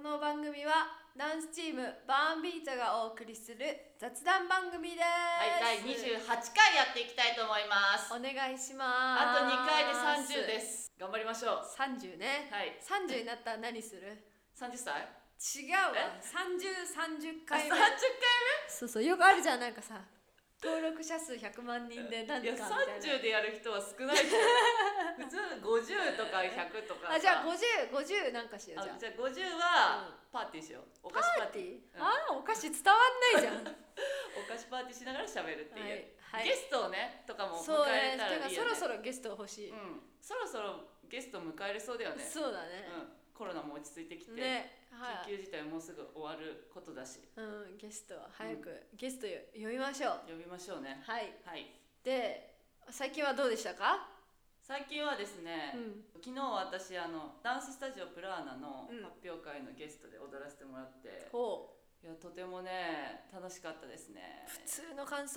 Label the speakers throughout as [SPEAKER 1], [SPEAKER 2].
[SPEAKER 1] の番組はダンスチームバーンビートがお送りする雑談番組です。
[SPEAKER 2] はい、第28回やっていきたいと思います。
[SPEAKER 1] お願いします。
[SPEAKER 2] あと2回で30です。頑張りましょう。
[SPEAKER 1] 30ね。
[SPEAKER 2] はい。
[SPEAKER 1] 30になったら何する
[SPEAKER 2] ？30歳？
[SPEAKER 1] 違うわ。30回目。
[SPEAKER 2] 30回目？
[SPEAKER 1] そうそう、よくあるじゃん、なんかさ、登録者数100万人で何かみたいな。
[SPEAKER 2] いや、30でやる人は少ないじゃん。普通50とか100とかさ。
[SPEAKER 1] あ、じゃあ50なんかしよう。
[SPEAKER 2] じゃあ50はパーティーしよう。お菓子パーティー。
[SPEAKER 1] お菓子伝わんないじゃん。
[SPEAKER 2] お菓子パーティーしながら喋るっていう、
[SPEAKER 1] はい。
[SPEAKER 2] ゲストをねとかも迎えれたらいいよね。
[SPEAKER 1] そろそろゲスト欲しい。
[SPEAKER 2] そろそろゲスト迎えれそうだよね。
[SPEAKER 1] そうだね。
[SPEAKER 2] コロナも落ち着いてきて、
[SPEAKER 1] ね、
[SPEAKER 2] 緊急事態もうすぐ終わることだし、
[SPEAKER 1] ゲストは早く、ゲスト呼びましょう。
[SPEAKER 2] 呼びましょうね。
[SPEAKER 1] はい。
[SPEAKER 2] はい。
[SPEAKER 1] で、最近はどうでしたか？
[SPEAKER 2] 最近はですね、昨日私ダンススタジオプラーナの発表会のゲストで踊らせてもらって、いやとてもね楽しかったですね。
[SPEAKER 1] 普通の感想。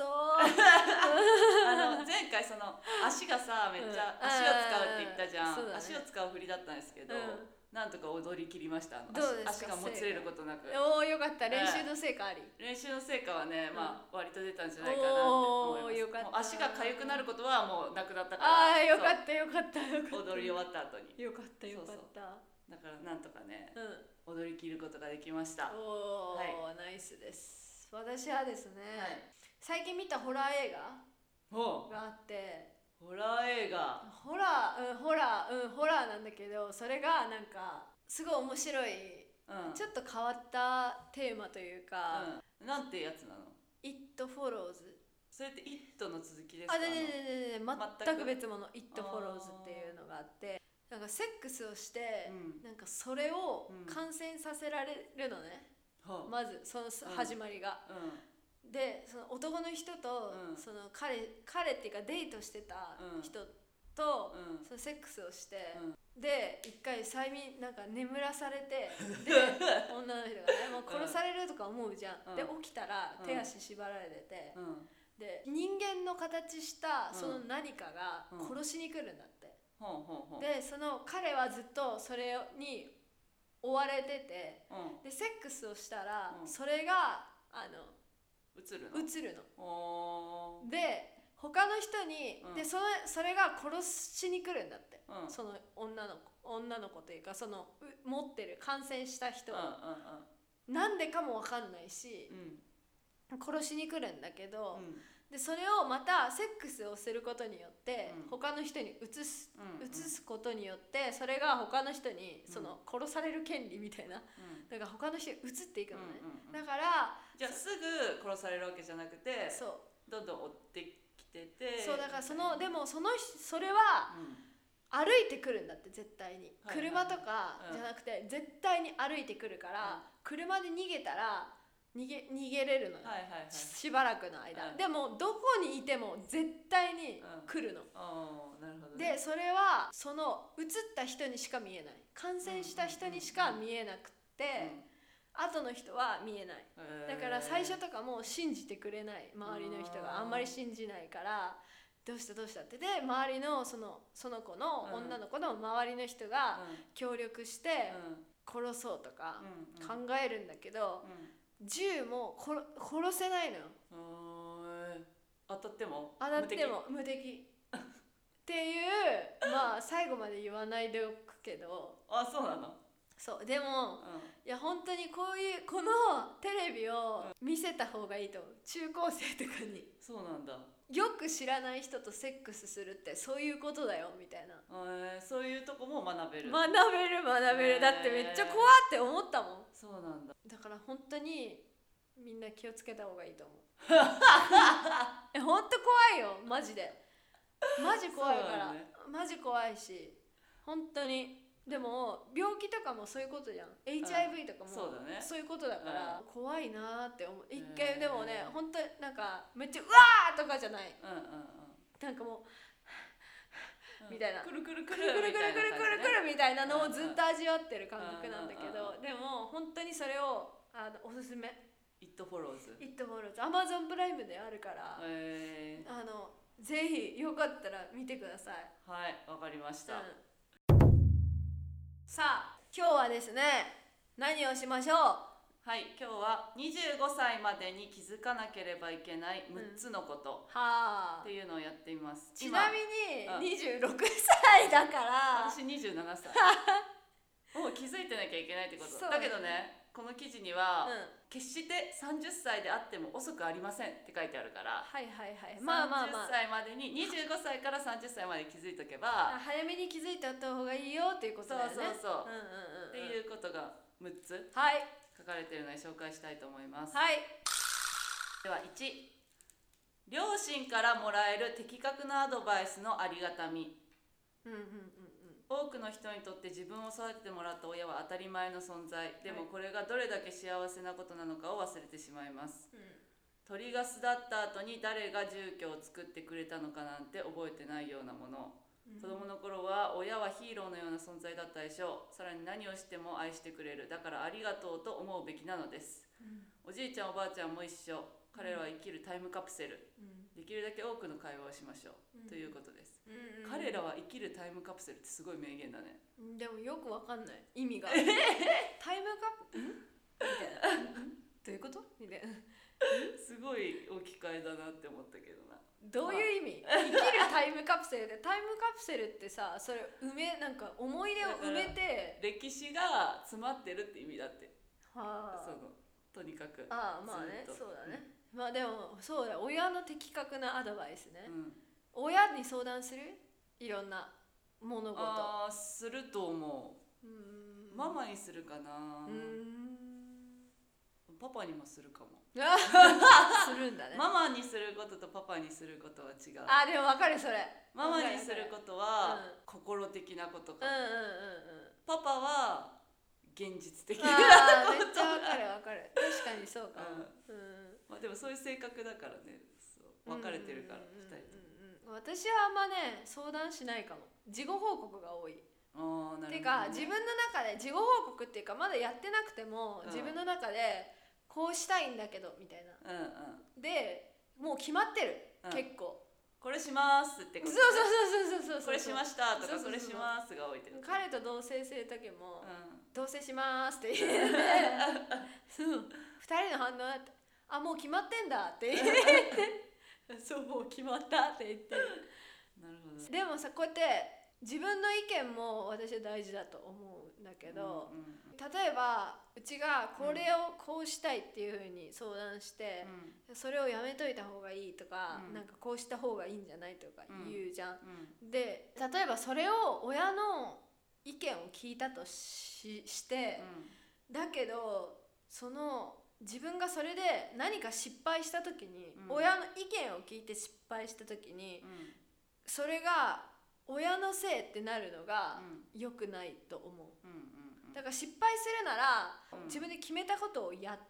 [SPEAKER 2] 前回その足がさめっちゃ足を使うって言ったじゃん。足を使う振りだったんですけど、なんとか踊り切りました。足がもつれることなく。
[SPEAKER 1] おお、よかった。練習の成果あり。
[SPEAKER 2] 練習の成果はね、まあ割と出たんじゃないかなって思います。足が痒くなることはもうなくなったから。
[SPEAKER 1] ああ、よかったよかった。
[SPEAKER 2] 踊り終わった後に。
[SPEAKER 1] よかったよかった。
[SPEAKER 2] だからなんとかね、踊り切ることができました。
[SPEAKER 1] おお、ナイスです。私はですね、最近見たホラー映画があって。
[SPEAKER 2] ホラー映画。
[SPEAKER 1] ホラーなんだけど、それがなんかすごい面白い、ちょっと変わったテーマというか、
[SPEAKER 2] なんてやつなの？
[SPEAKER 1] It Follows。
[SPEAKER 2] それって It の続きですか？
[SPEAKER 1] 全く別物。It Follows っていうのがあって、なんかセックスをして、なんかそれを感染させられるのね、まずその始まりが。で、その男の人と、その彼っていうかデートしてた人と、そのセックスをして、で一回催眠なんか眠らされて、で女の人がねもう殺されるとか思うじゃん。で起きたら手足縛られてて、で人間の形したその何かが殺しに来るんだって。でその彼はずっとそれに追われてて、でセックスをしたらそれが映るの。で他の人に、でそれが殺しに来るんだって、その女の子というかその持ってる感染した人は、なんでかも分かんないし、殺しに来るんだけど、でそれをまたセックスをすることによって、他の人に移すことによって、それが他の人にその殺される権利みたいな、だから他の人に移っていくのね。だから
[SPEAKER 2] じゃあすぐ殺されるわけじゃなくて、どんどん追ってきてて、
[SPEAKER 1] そうだからでもそれは歩いてくるんだって、絶対に。車とかじゃなくて絶対に歩いてくるから、車で逃げたら逃げれるのよ、しばらくの間。でもどこにいても絶対に来るの。でそれはその移った人にしか見えない、感染した人にしか見えなくて、後の人は見えない。だから最初とかも信じてくれない、周りの人があんまり信じないから、どうしたってで周りのその子の女の子の周りの人が協力して殺そうとか考えるんだけど、銃も殺せないのよ。
[SPEAKER 2] 当たっても
[SPEAKER 1] 無敵っていう、まあ最後まで言わないでおくけど。
[SPEAKER 2] そうなの？
[SPEAKER 1] そう、でも、いや本当にこのテレビを見せた方がいいと思う、中高生とかに。
[SPEAKER 2] そうなんだ。
[SPEAKER 1] よく知らない人とセックスするってそういうことだよみたいな。
[SPEAKER 2] そういうとこも学べる。
[SPEAKER 1] 学べる。だってめっちゃ怖って思ったもん。
[SPEAKER 2] そうなんだ。
[SPEAKER 1] だから本当にみんな気をつけた方がいいと思う。本当怖いよ、マジで。マジ怖いから、マジ怖いし、本当に。でも病気とかもそういうことじゃん。 HIV とかもそういうことだから、怖いなって思う。一回でもね、本当なんかめっちゃうわーとかじゃない、なんかもうみたいな、くるくるみたいなのをずっと味わってる感覚なんだけど、でも本当にそれをおすすめ。
[SPEAKER 2] It Follows
[SPEAKER 1] Amazon プライムであるから、ぜひよかったら見てください。
[SPEAKER 2] はい、わかりました。
[SPEAKER 1] さあ今日はですね、 何をしましょう。
[SPEAKER 2] はい、今日は25歳までに気づかなければいけない6つのことっていうのをやっています。
[SPEAKER 1] ちなみに26歳だから。
[SPEAKER 2] 私27歳もう気づいてなきゃいけないってこと。だけどね、この記事には、決して30歳であっても遅くありませんって書いてあるから、30歳までに25歳から30歳まで気づいとけば
[SPEAKER 1] 早めに気づいておった方がいいよっていうことだよね。
[SPEAKER 2] そうっていうことが6つ書かれているので紹介したいと思います。
[SPEAKER 1] はい。
[SPEAKER 2] では1、両親からもらえる的確なアドバイスのありがたみ。多くの人にとって自分を育ててもらった親は当たり前の存在。でもこれがどれだけ幸せなことなのかを忘れてしまいます。鳥が巣立った後に誰が住居を作ってくれたのかなんて覚えてないようなもの。子供の頃は親はヒーローのような存在だったでしょう。さらに何をしても愛してくれる。だからありがとうと思うべきなのです。おじいちゃんおばあちゃんも一緒。彼らは生きるタイムカプセル。できるだけ多くの会話をしましょう、ということです。彼らは生きるタイムカプセルってすごい名言だね。
[SPEAKER 1] でもよくわかんない意味が。タイムカプみたいな。どういうことみたいな。
[SPEAKER 2] すごい置き換えだなって思ったけどな。
[SPEAKER 1] どういう意味？生きるタイムカプセルで、タイムカプセルってさ、それなんか思い出を埋めて
[SPEAKER 2] 歴史が詰まってるって意味だって。とにかく
[SPEAKER 1] まあね、そうだね。まあでもそうだ、親の的確なアドバイスね。親に相談する？いろんな物事。
[SPEAKER 2] すると思う。ママにするかな。パパにもするかも。
[SPEAKER 1] するんだね。
[SPEAKER 2] ママにすることとパパにすることは違う。
[SPEAKER 1] でも分かるそれ。
[SPEAKER 2] ママにすることは心的なことかも。パパは現実的な。
[SPEAKER 1] めっちゃ分かる。確かにそうかも。
[SPEAKER 2] まあでもそういう性格だからね。分かれてるから2人とも。
[SPEAKER 1] 私はあんまね相談しないかも。事後報告が多い。てか自分の中で事後報告っていうか、まだやってなくても自分の中でこうしたいんだけどみたいな、でもう決まってる、結構
[SPEAKER 2] これしますってこと。
[SPEAKER 1] そう
[SPEAKER 2] これしましたとかこれしますが多いってこと。
[SPEAKER 1] 彼と同棲する時も同棲しますって言って2人の反応だって、もう決まってんだって言ってそうもう決まったって言って
[SPEAKER 2] なるほど。
[SPEAKER 1] でもさ、こうやって自分の意見も私は大事だと思うんだけど、例えばうちがこれをこうしたいっていう風に相談して、それをやめといた方がいいとか、なんかこうした方がいいんじゃないとか言うじゃん。で例えばそれを親の意見を聞いたとして、だけど自分がそれで何か失敗した時に、親の意見を聞いて失敗した時に、それが親のせいってなるのが良くないと思う。だから失敗するなら自分で決めたことをやって、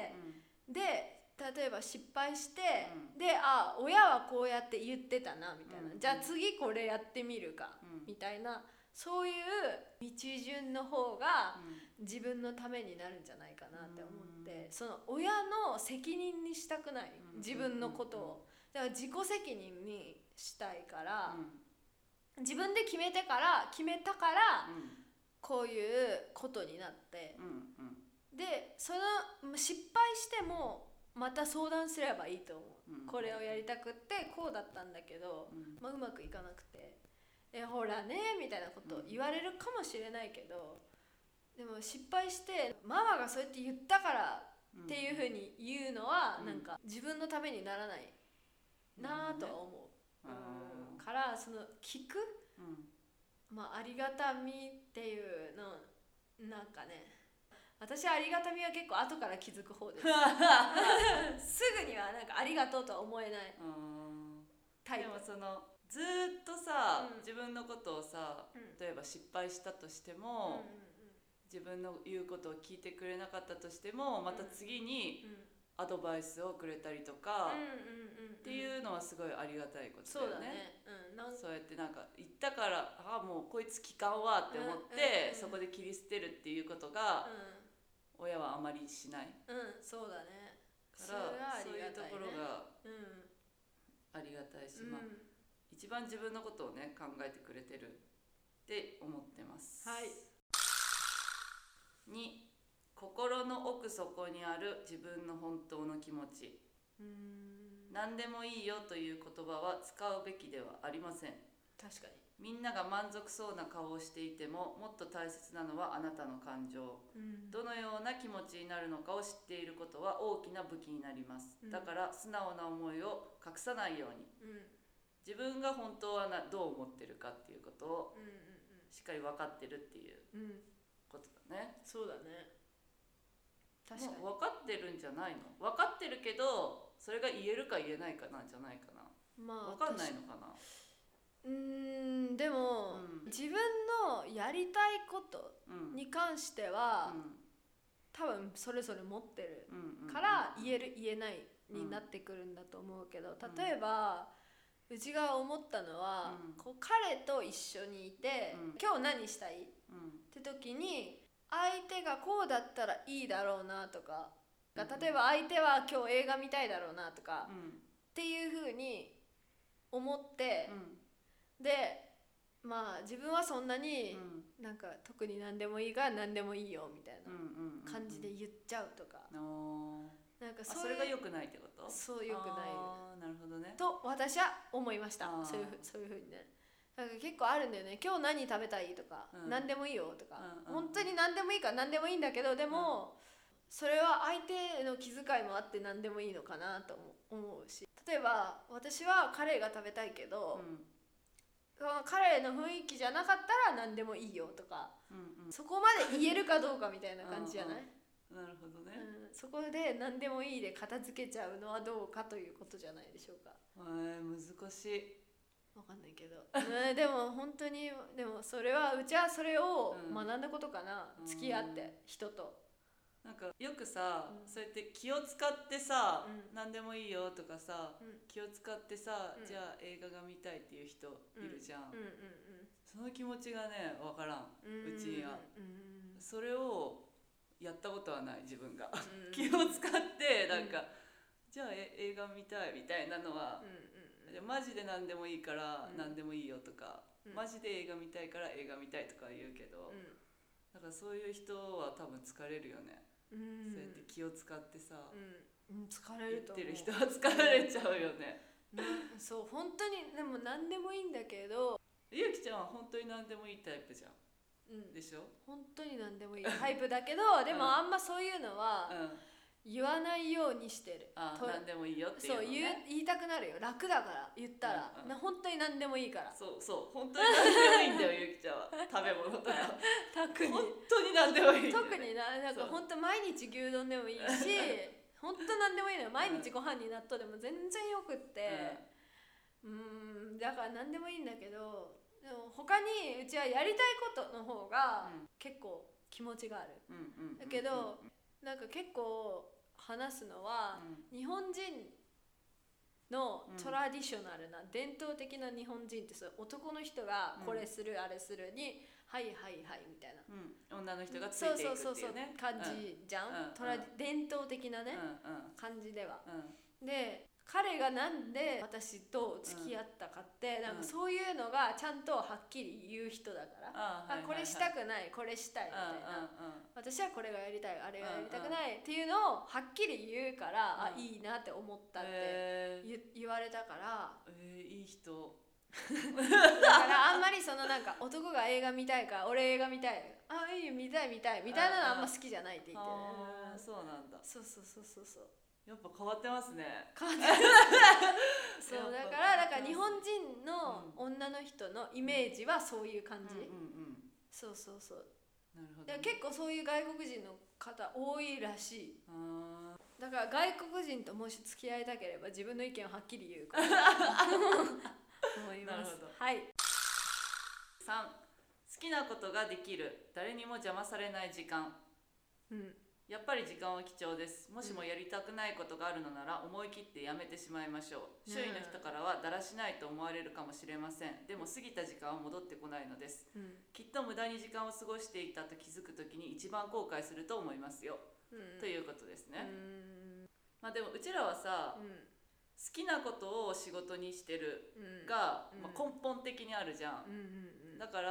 [SPEAKER 1] で例えば失敗して、で親はこうやって言ってたなみたいな、じゃあ次これやってみるか、みたいな、そういう道順の方が自分のためになるんじゃないかなって思って、その親の責任にしたくない、自分のことを。だから自己責任にしたいから、自分で決めたから、こういうことになって、でその失敗してもまた相談すればいいと思う。これをやりたくってこうだったんだけど、うまくいかなくて、ほらねみたいなことを言われるかもしれないけど、でも失敗してママがそうやって言ったからっていうふうに言うのは、なんか自分のためにならないなとは思う。からその聞く、ありがたみっていうの、なんかね、私はありがたみは結構後から気づく方ですすぐにはなんかありがとうとは思えないタイプ。
[SPEAKER 2] でもずっとさ、自分のことをさ、例えば失敗したとしても、自分の言うことを聞いてくれなかったとしても、また次にアドバイスをくれたりとかっていうのはすごいありがたいことだよね。そうやってなんか言ったからもうこいつ聞かんわって思って、そこで切り捨てるっていうことが親はあまりしない。
[SPEAKER 1] そうだね。
[SPEAKER 2] からそういうところがありがたいし、一番自分のことをね考えてくれてるって思ってます。
[SPEAKER 1] はい。
[SPEAKER 2] 2、 心の奥底にある自分の本当の気持ち。何でもいいよという言葉は使うべきではありません。
[SPEAKER 1] 確かに。
[SPEAKER 2] みんなが満足そうな顔をしていても、もっと大切なのはあなたの感情、どのような気持ちになるのかを知っていることは大きな武器になります。だから素直な思いを隠さないように、自分が本当はどう思ってるかっていうことをしっかり分かってるっていうことだね。
[SPEAKER 1] そうだね。確かに。
[SPEAKER 2] もう分かってるんじゃないの？分かってるけどそれが言えるか言えないかなんじゃないかな。分かんないのかな。
[SPEAKER 1] でも、自分のやりたいことに関しては、多分それぞれ持ってるから言える言えないになってくるんだと思うけど、例えばうちが思ったのは、こう彼と一緒にいて、今日何したい、って時に相手がこうだったらいいだろうなとか、例えば相手は今日映画見たいだろうなとか、っていう風に思って、でまあ自分はそんなになんか特に何でもいいが何でもいいよみたいな感じで言っちゃうとか、なんか
[SPEAKER 2] それが良くないってこと？
[SPEAKER 1] そう良くない。
[SPEAKER 2] なるほどね。
[SPEAKER 1] と私は思いました。そういう風にね。なんか結構あるんだよね。今日何食べたいとか、何でもいいよとか、本当に何でもいいから何でもいいんだけど、でも、それは相手の気遣いもあって何でもいいのかなと思うし、例えば私はカレーが食べたいけど、彼の雰囲気じゃなかったら何でもいいよとか、そこまで言えるかどうかみたいな感じじゃない？
[SPEAKER 2] なるほどね、
[SPEAKER 1] そこで何でもいいで片付けちゃうのはどうかということじゃないでしょうか。
[SPEAKER 2] 難しい。
[SPEAKER 1] わかんないけど、でも本当に、でもそれはうちはそれを学んだことかな、付き合って人と。
[SPEAKER 2] なんかよくさ、そうやって気を使ってさ、何でもいいよとかさ、気を使ってさ、じゃあ映画が見たいっていう人いるじゃん。その気持ちがね分からん、うちには。それをやったことはない自分が。気を使ってなんか、じゃあ映画見たいみたいなのは、マジで何でもいいから何でもいいよとか、マジで映画見たいから映画見たいとか言うけど、だからそういう人は多分疲れるよね。そうやって気を使ってさ、
[SPEAKER 1] 疲れると思う。
[SPEAKER 2] 言ってる人は疲れちゃうよね。
[SPEAKER 1] そう本当にでも何でもいいんだけど、
[SPEAKER 2] ゆきちゃんは本当に何でもいいタイプじゃん、でしょ？
[SPEAKER 1] 本当に何でもいいタイプだけど、でもあんまそういうのは言わないようにしてる。
[SPEAKER 2] 何でもいいよっていうのね。
[SPEAKER 1] そう言いたくなるよ。楽だから言ったら、本当に何でもいいから。
[SPEAKER 2] そう本当に何でもいいんだよゆきちゃんは。食べ物とか特に本当に何でもいい、
[SPEAKER 1] 特になんか本当毎日牛丼でもいいし本当何でもいいのよ。毎日ご飯に納豆でも全然よくって、だから何でもいいんだけど、でも他にうちはやりたいことの方が結構気持ちがある。だけどなんか結構話すのは、日本人のトラディショナルな伝統的な日本人って、そう男の人がこれする、あれするにはいはいはいみたいな、
[SPEAKER 2] 女の人がついていくっていうね
[SPEAKER 1] 感じじゃん、伝統的なね、感じでは、で彼がなんで私と付き合ったかって、なんかそういうのがちゃんとはっきり言う人だから、これしたくない、これしたいみたいな、私はこれがやりたい、あれがやりたくないっていうのをはっきり言うから、いいなって思ったって言われたから、
[SPEAKER 2] いい人
[SPEAKER 1] だからあんまりそのなんか男が映画見たいから俺映画見たい、いい見たいみたいなのはあんま好きじゃないって言ってる。
[SPEAKER 2] そうなんだ。
[SPEAKER 1] そう
[SPEAKER 2] やっぱ変わってますね。
[SPEAKER 1] そうだから日本人の女の人のイメージはそういう感じ。そう
[SPEAKER 2] なるほど、ね、
[SPEAKER 1] 結構そういう外国人の方多いらしい。だから外国人ともし付き合いたければ自分の意見をはっきり言うこと思います。はい。
[SPEAKER 2] 3、好きなことができる、誰にも邪魔されない時間。やっぱり時間は貴重です。もしもやりたくないことがあるのなら思い切ってやめてしまいましょう。周囲の人からはだらしないと思われるかもしれません。でも過ぎた時間は戻ってこないのです。きっと無駄に時間を過ごしていたと気づくときに一番後悔すると思いますよ。ということですね。でもうちらはさ、好きなことを仕事にしてるが、根本的にあるじゃん。だから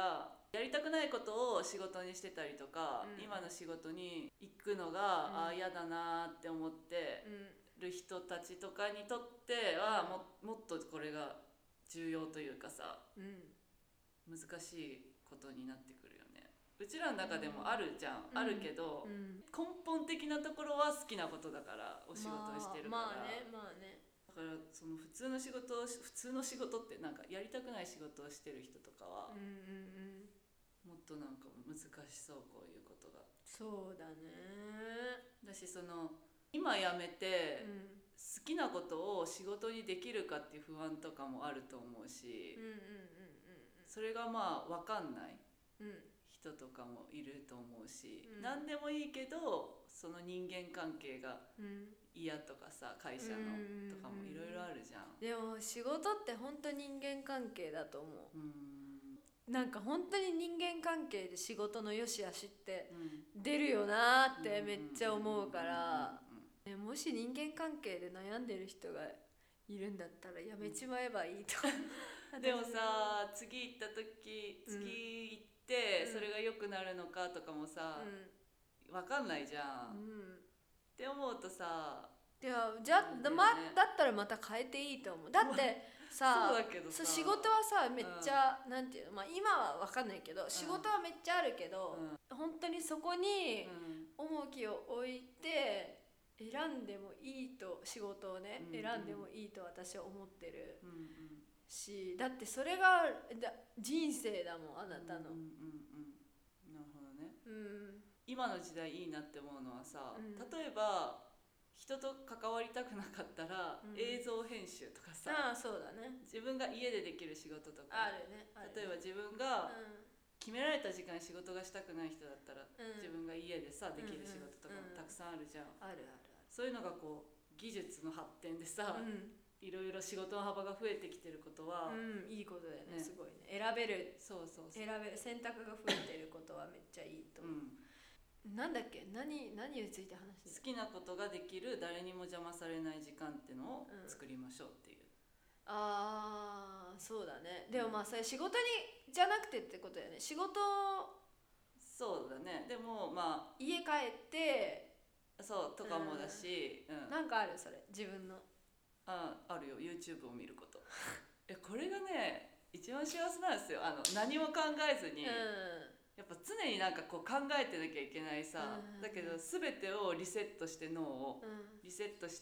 [SPEAKER 2] やりたくないことを仕事にしてたりとか、今の仕事に行くのが嫌だなって思ってる人たちとかにとってはもっとこれが重要というかさ、難しいことになってくるよね。うちらの中でもあるじゃん、あるけど、根本的なところは好きなことだからお仕事をしてるから、だからその普通の仕事ってなんかやりたくない仕事をしてる人とかは、もっとなんか難しそう、こういうことが。
[SPEAKER 1] そうだね。
[SPEAKER 2] だしその今辞めて、好きなことを仕事にできるかっていう不安とかもあると思うし、それがまあ分かんない人とかもいると思うし、何でもいいけどその人間関係が嫌とかさ、会社のとかもいろいろあるじゃん。
[SPEAKER 1] でも仕事って本当人間関係だと思う。なんか本当に人間関係で仕事の良し悪しって出るよなってめっちゃ思うから、もし人間関係で悩んでる人がいるんだったらやめちまえばいいと
[SPEAKER 2] でもさ、次行った時、次行ってそれが良くなるのかとかもさ、分かんないじゃん、って思うとさ、
[SPEAKER 1] いやじゃだったらまた変えていいと思う。だってさ、
[SPEAKER 2] そうだけどさ、
[SPEAKER 1] 仕事はさめっちゃ、なんていうの、まあ今は分かんないけど、仕事はめっちゃあるけど、本当にそこに重きを置いて選んでもいいと、仕事をね、選んでもいいと私は思ってるし、だってそれが人生だもん、あなたの。
[SPEAKER 2] なるほどね。今の時代いいなって思うのはさ、例えば人と関わりたくなかったら、映像編集とかさ、
[SPEAKER 1] そうだね、
[SPEAKER 2] 自分が家でできる仕事とか、
[SPEAKER 1] あるね。
[SPEAKER 2] 例えば自分が決められた時間に仕事がしたくない人だったら、自分が家でさできる仕事とかもたくさんあるじゃん。そういうのがこう技術の発展でさ、いろいろ仕事の幅が増えてきてることは、
[SPEAKER 1] いいことだよね。すごいね、選べる、選べる選択が増えてることはめっちゃいいと思う。なんだっけ、何について話して
[SPEAKER 2] る？好きなことができる、誰にも邪魔されない時間ってのを作りましょうっていう。
[SPEAKER 1] そうだね。でもまあそれ仕事にじゃなくてってことだよね。仕事、
[SPEAKER 2] そうだね。でもまあ
[SPEAKER 1] 家帰って
[SPEAKER 2] そうとかもだし、
[SPEAKER 1] なんかある？それ自分の
[SPEAKER 2] あるよ、 YouTube を見ることこれがね一番幸せなんですよ。何も考えずに、やっぱ常になんかこう考えてなきゃいけないさ、だけど全てをリセットして、脳をリセットして、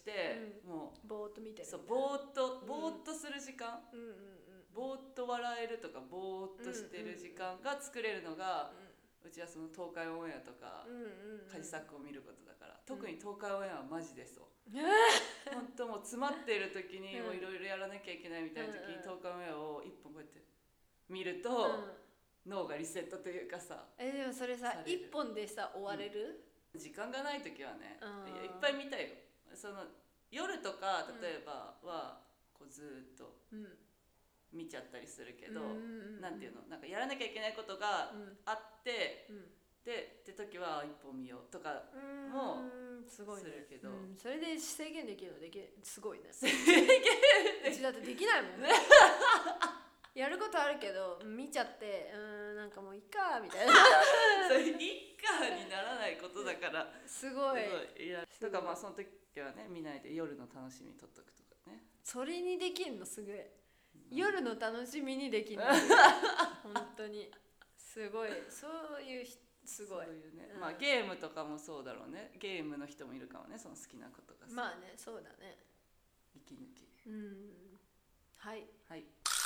[SPEAKER 2] もう
[SPEAKER 1] ぼーっと見てる、
[SPEAKER 2] そうぼーっとする時間、ぼーっと笑えるとかぼーっとしてる時間が作れるのが、うちはその東海オンエアとかカジサックを見ることだから、特に東海オンエアはマジでそう、本当もう詰まってる時にいろいろやらなきゃいけないみたいな時に東海オンエアを一本こうやって見ると、脳がリセットというかさ。
[SPEAKER 1] でもそれさ、一本でさ終われる？
[SPEAKER 2] 時間がない時はね、いっぱい見たいよ。その夜とか例えばはこうずっと見ちゃったりするけど、なんていうの、なんかやらなきゃいけないことがあって、でって時は一本見ようとかもするけど、
[SPEAKER 1] それで制限できるのすごいね。
[SPEAKER 2] 制限
[SPEAKER 1] うちだってできないもんやることあるけど見ちゃって、なんかもういっかみたいな
[SPEAKER 2] それいっかにならないことだから
[SPEAKER 1] すごい
[SPEAKER 2] とか、まあその時はね見ないで夜の楽しみ取っとくとかね。
[SPEAKER 1] それにできんのすごい、夜の楽しみにできんの本当にすごい、そういうすごい、
[SPEAKER 2] そういうね、まあゲームとかもそうだろうね。ゲームの人もいるかもね、その好きなことが。
[SPEAKER 1] まあね、そうだね、
[SPEAKER 2] 息抜き。
[SPEAKER 1] はい
[SPEAKER 2] はい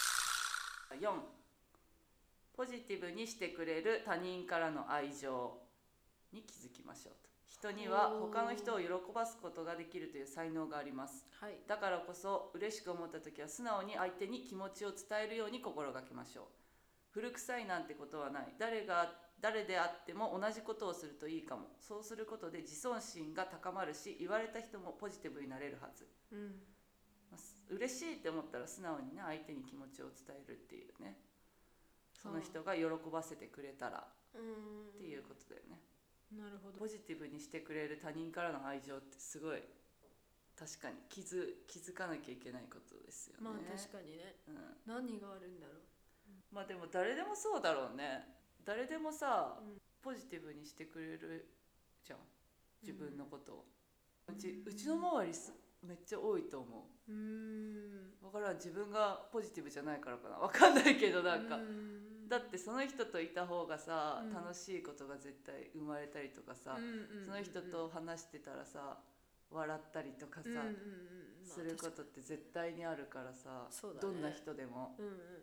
[SPEAKER 2] 。4、ポジティブにしてくれる他人からの愛情に気づきましょうと。人には他の人を喜ばすことができるという才能があります、だからこそ嬉しく思った時は素直に相手に気持ちを伝えるように心がけましょう。古臭いなんてことはない。誰であっても同じことをするといいかも。そうすることで自尊心が高まるし、言われた人もポジティブになれるはず。嬉しいって思ったら素直にね、相手に気持ちを伝えるっていうね、その人が喜ばせてくれたらっていうことだよね。
[SPEAKER 1] なるほど。
[SPEAKER 2] ポジティブにしてくれる他人からの愛情ってすごい確かに気づかなきゃいけないことですよね。
[SPEAKER 1] まあ確かにね、何があるんだろう。
[SPEAKER 2] まあでも誰でもそうだろうね。 誰でもさ、ポジティブにしてくれるじゃん自分のことを、うちの周りめっちゃ多いと思う。だから自分がポジティブじゃないからかな、分かんないけど、なんかだってその人といた方がさ、楽しいことが絶対生まれたりとかさ、その人と話してたらさ笑ったりとかさ、することって絶対にあるからさ、どんな人でも、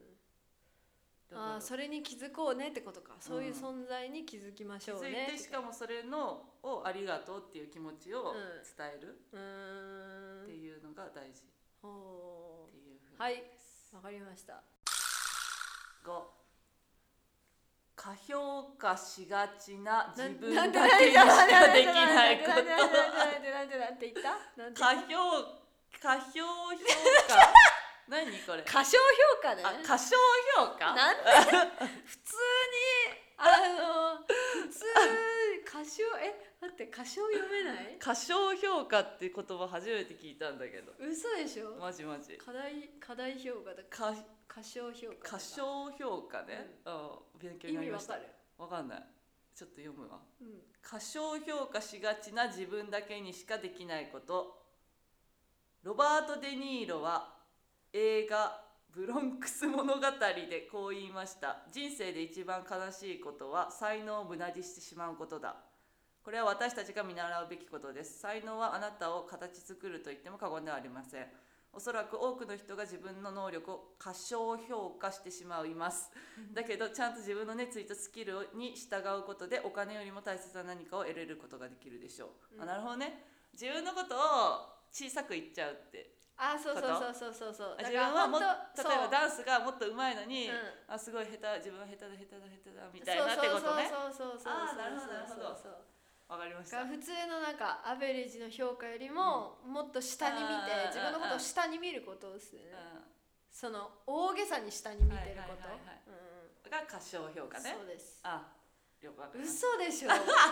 [SPEAKER 1] それに気づこうねってことか、そういう存在に気づきましょうね、
[SPEAKER 2] 気づいて、しかもそれのをありがとうっていう気持ちを伝えるっていうのが大事っていうふうに。
[SPEAKER 1] はい、わかりました。
[SPEAKER 2] 5、過評価しがちな自分だけにしかできないこと。
[SPEAKER 1] なんて言った？
[SPEAKER 2] 過評価何これ？
[SPEAKER 1] 過小評価ね。
[SPEAKER 2] 過小評価？
[SPEAKER 1] なんで普通に普通過小待って過小読めない？
[SPEAKER 2] 過小評価って言葉初めて聞いたんだけど。
[SPEAKER 1] 嘘でしょ？
[SPEAKER 2] マジ。
[SPEAKER 1] 過大評価だ。過小評価。
[SPEAKER 2] 過小評価ね。勉強になりました。
[SPEAKER 1] 意味
[SPEAKER 2] わかんない。ちょっと読むわ。過小評価しがちな自分だけにしかできないこと。ロバート・デ・ニーロは映画ブロンクス物語でこう言いました。人生で一番悲しいことは才能を無駄にしてしまうことだ。これは私たちが見習うべきことです。才能はあなたを形作ると言っても過言ではありません。おそらく多くの人が自分の能力を過小評価してしまいます。だけどちゃんと自分の熱意とスキルに従うことでお金よりも大切な何かを得れることができるでしょう。なるほどね。自分のことを小さく言っちゃうって。
[SPEAKER 1] そう。
[SPEAKER 2] 自分はもっと例えばダンスがもっと上手いのに、すごい下手、自分は下手だみたいなってことね。なるほど。わかりました。
[SPEAKER 1] 普通のなんかアベレージの評価よりも、もっと下に見て自分のことを下に見ることですね。その大げさに下に見てること
[SPEAKER 2] が過小評価ね。
[SPEAKER 1] そうです。
[SPEAKER 2] よくわかります。
[SPEAKER 1] 嘘でしょ？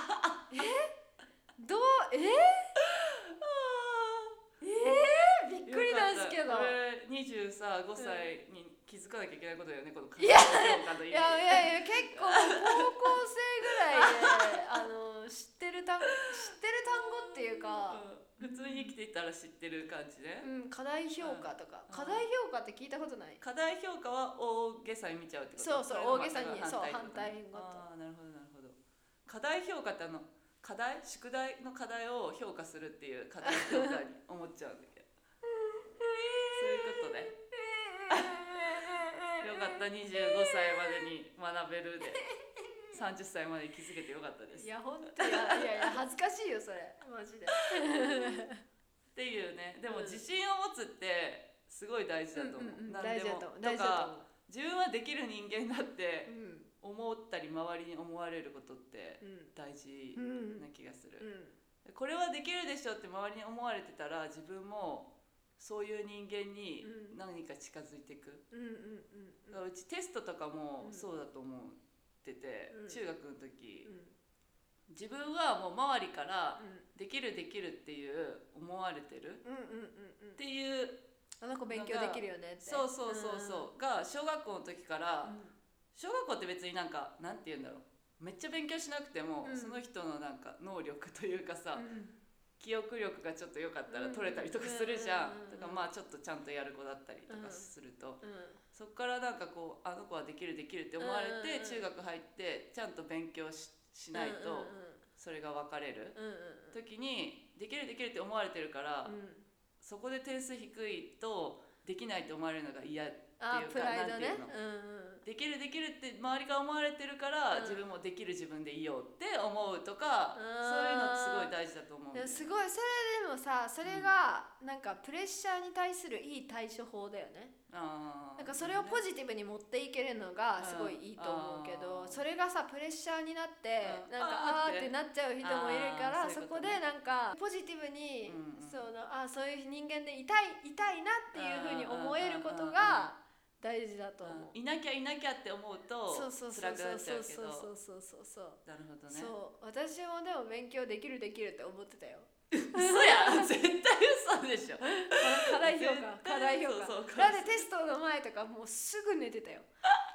[SPEAKER 1] びっくりなんですけど。
[SPEAKER 2] 25歳に気づかなきゃいけないことだよね、この過小
[SPEAKER 1] 評
[SPEAKER 2] 価の意味。
[SPEAKER 1] いや結構高校生ぐらいで知ってる単語っていうか、
[SPEAKER 2] 普通に生きていたら知ってる感じね。
[SPEAKER 1] 過大評価とか、過大評価って聞いたことない？
[SPEAKER 2] 過大評価は大げさに見ちゃうってこと？
[SPEAKER 1] 大げさに反対語と。
[SPEAKER 2] なるほど。過大評価って宿題の課題を評価するっていう過大評価に思っちゃうんだけどそういうことね。よかった、25歳までに学べるで30歳までに気づけてよかったです。
[SPEAKER 1] いや本当いや恥ずかしいよそれマジで
[SPEAKER 2] っていうね。でも自信を持つってすごい大事だと思う。
[SPEAKER 1] 大事だと思う。
[SPEAKER 2] 自分はできる人間だって思ったり周りに思われることって大事な気がする。これはできるでしょって周りに思われてたら、自分もそういう人間に何か近づいていく。うちテストとかもそうだと思ってて、中学の時自分はもう周りからできるっていう思われてるっていう、
[SPEAKER 1] あの子勉強できるよねって。
[SPEAKER 2] そうが小学校の時から、小学校って別になんて言うんだろう、めっちゃ勉強しなくても、その人のなんか能力というかさ、記憶力がちょっと良かったら取れたりとかするじゃん。だからちょっとちゃんとやる子だったりとかすると、そっからなんかこうあの子はできるって思われて、中学入ってちゃんと勉強しないとそれが分かれる時にできるって思われてるから、そこで点数低いとできないと思われるのが嫌っていうか、
[SPEAKER 1] プライドね。
[SPEAKER 2] できるって周りが思われてるから、自分もできる自分でいようって思うとか、そういうのってすごい大事だと思う。
[SPEAKER 1] すごい。それでもさ、それがなんかプレッシャーに対するいい対処法だよね。なんかそれをポジティブに持っていけるのがすごいいいと思うけど、それがさプレッシャーになってなんかってなっちゃう人もいるから、そこでなんかポジティブにそういう人間でいたいなっていうふうに思えることが大事だと思う。
[SPEAKER 2] いなきゃって思うと辛くなっちゃうけど。なるほどね。
[SPEAKER 1] そう私もでも勉強できるって思ってたよ。
[SPEAKER 2] 嘘や絶対嘘でしょ。
[SPEAKER 1] 課題評価だってテストの前とかもうすぐ寝てたよ。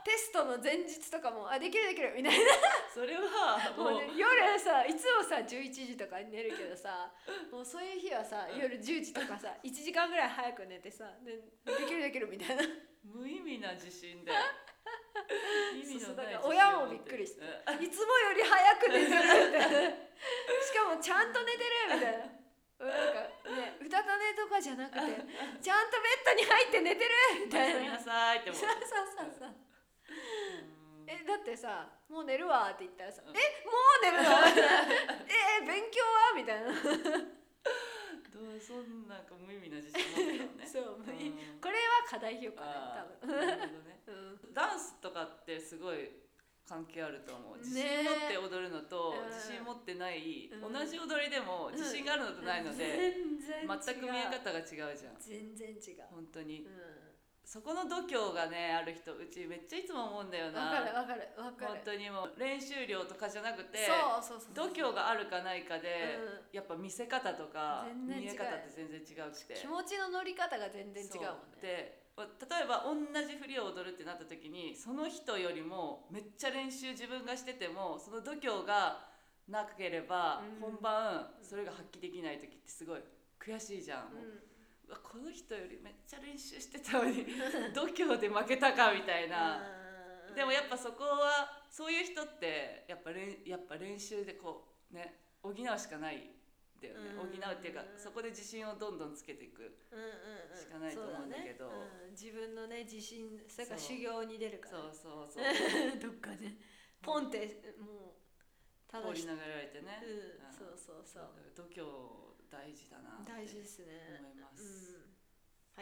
[SPEAKER 1] テストの前日とかもできるみたいな
[SPEAKER 2] それは
[SPEAKER 1] もう、ね、夜さいつもさ11時とかに寝るけどさもうそういう日はさ夜10時とかさ1時間ぐらい早く寝てさできるみたいな
[SPEAKER 2] 無意味な自信で意味のない自信を持ってる。
[SPEAKER 1] 親もびっくりしていつもより早く寝てるみたいなしかもちゃんと寝てるみたいななんかねうたた寝とかじゃなくてちゃんとベッドに入って寝てるみたいな。
[SPEAKER 2] おやすみなさいって思う。
[SPEAKER 1] そうだってさもう寝るわって言ったらさもう寝るの勉強はみたいな
[SPEAKER 2] そんなんか無意味な自信持ってるのね
[SPEAKER 1] そう、これは過大評価ね多分。
[SPEAKER 2] なるほどね、ダンスとかってすごい関係あると思う。自信持って踊るのと自信持ってない、同じ踊りでも自信があるのとないので、全く見え方が違うじゃん。
[SPEAKER 1] 全然違う
[SPEAKER 2] 本当に、そこの度胸がねある人うちめっちゃいつも思うんだよな。
[SPEAKER 1] わかる
[SPEAKER 2] 本当にもう練習量とかじゃなくて
[SPEAKER 1] 度
[SPEAKER 2] 胸があるかないかで、やっぱ見せ方とか見え方って全然違うくて
[SPEAKER 1] 気持ちの乗り方が全然違うもんね。
[SPEAKER 2] で例えば同じ振りを踊るってなった時にその人よりもめっちゃ練習自分がしててもその度胸がなければ本番それが発揮できない時ってすごい悔しいじゃん。この人よりめっちゃ練習してたのに度胸で負けたかみたいな。でもやっぱそこはそういう人ってやっぱ練習でこうね補うしかないだよね。補うっていうかそこで自信をどんどんつけていくしかないと思うんだけど、
[SPEAKER 1] 自分のね自信それから修行に出るから、
[SPEAKER 2] そう
[SPEAKER 1] どっかねポンってもう
[SPEAKER 2] 放り投げられてね、
[SPEAKER 1] そう
[SPEAKER 2] 度胸大事だなって
[SPEAKER 1] 大事ですね
[SPEAKER 2] 思います。
[SPEAKER 1] はい、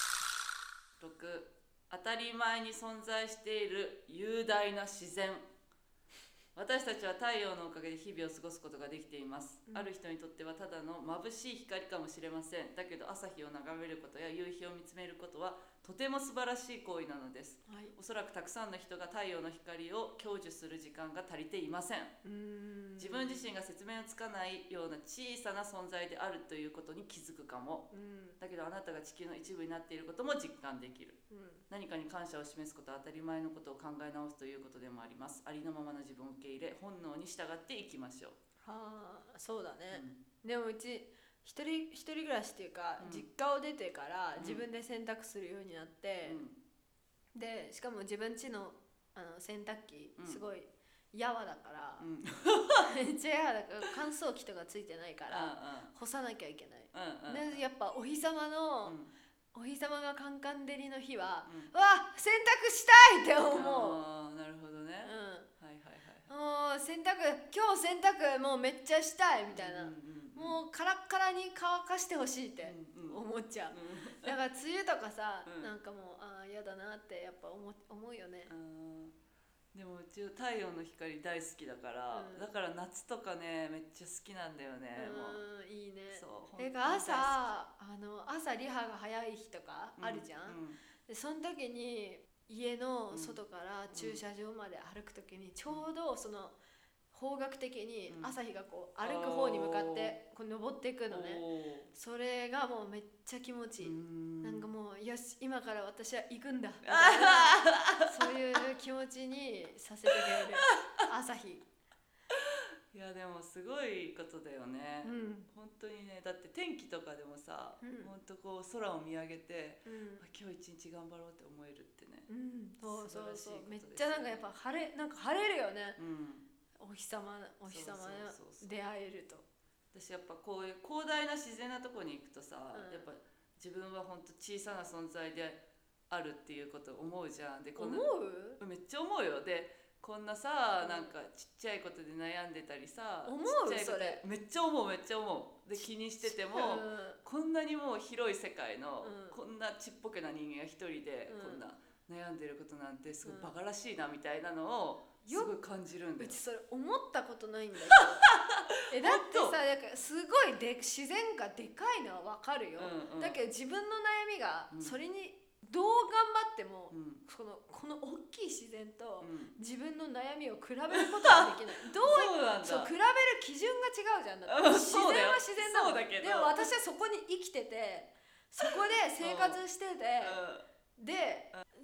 [SPEAKER 2] 6、当たり前に存在している雄大な自然。私たちは太陽のおかげで日々を過ごすことができています、ある人にとってはただの眩しい光かもしれません。だけど朝日を眺めることや夕日を見つめることはとても素晴らしい行為なのです、おそらくたくさんの人が太陽の光を享受する時間が足りていません。自分自身が説明のつかないような小さな存在であるということに気づくかも、だけどあなたが地球の一部になっていることも実感できる、何かに感謝を示すことは当たり前のことを考え直すということでもあります。ありのままの自分を受け入れ本能に従っていきましょう。
[SPEAKER 1] そうだね、でもうち一人暮らしっていうか、実家を出てから自分で洗濯するようになって、でしかも自分家の洗濯機すごいやわだから、めっちゃやわだから乾燥機とかついてないから、干さなきゃいけない、でやっぱお日様がカンカン照りの日は、わ洗濯したいって思う。
[SPEAKER 2] なるほどね、
[SPEAKER 1] 今日洗濯もうめっちゃしたいみたいな、もうカラッカラに乾かしてほしいって思っちゃう、だから梅雨とかさ、なんかもう嫌だなってやっぱ思うよね。
[SPEAKER 2] でもうち太陽の光大好きだから、だから夏とかねめっちゃ好きなんだよね。
[SPEAKER 1] いいね。
[SPEAKER 2] 朝
[SPEAKER 1] リハが早い日とかあるじゃん、でその時に家の外から駐車場まで歩く時にちょうどその方角的に朝日がこう歩く方に向かってこう登っていくのね。それがもうめっちゃ気持ちいい。なんかもうよし今から私は行くんだみたいなそういう気持ちにさせてくれる朝日。
[SPEAKER 2] いやでもすごいことだよね、本当にね。だって天気とかでもさ、本当こう空を見上げて、今日一日頑張ろうって思えるってね、
[SPEAKER 1] そうめっちゃなんかやっぱ晴れるよね、お日様に出会えると。
[SPEAKER 2] 私やっぱこういう広大な自然なとこに行くとさ、やっぱ自分は本当小さな存在であるっていうことを思うじゃん。で
[SPEAKER 1] 思
[SPEAKER 2] う？めっちゃ思うよ。でこんなさ、なんかちっちゃいことで悩んでたりさ、
[SPEAKER 1] 思うそれ
[SPEAKER 2] めっちゃ思うで気にしてても、こんなにもう広い世界の、こんなちっぽけな人間が一人でこんな悩んでることなんてすごいバカらしいなみたいなのをすごい感じるんだよ。
[SPEAKER 1] うちそれ思ったことないんだけどだってさ、なんかすごい自然がでかいのは分かるよ、だけど自分の悩みがそれにどう頑張っても、この大きい自然と自分の悩みを比べることができない。そう比べる基準が違うじゃん。だって自然は自然なの。でも私はそこに生きてて、そこで生活してて、で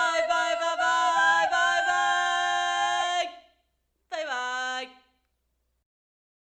[SPEAKER 2] バイバイ。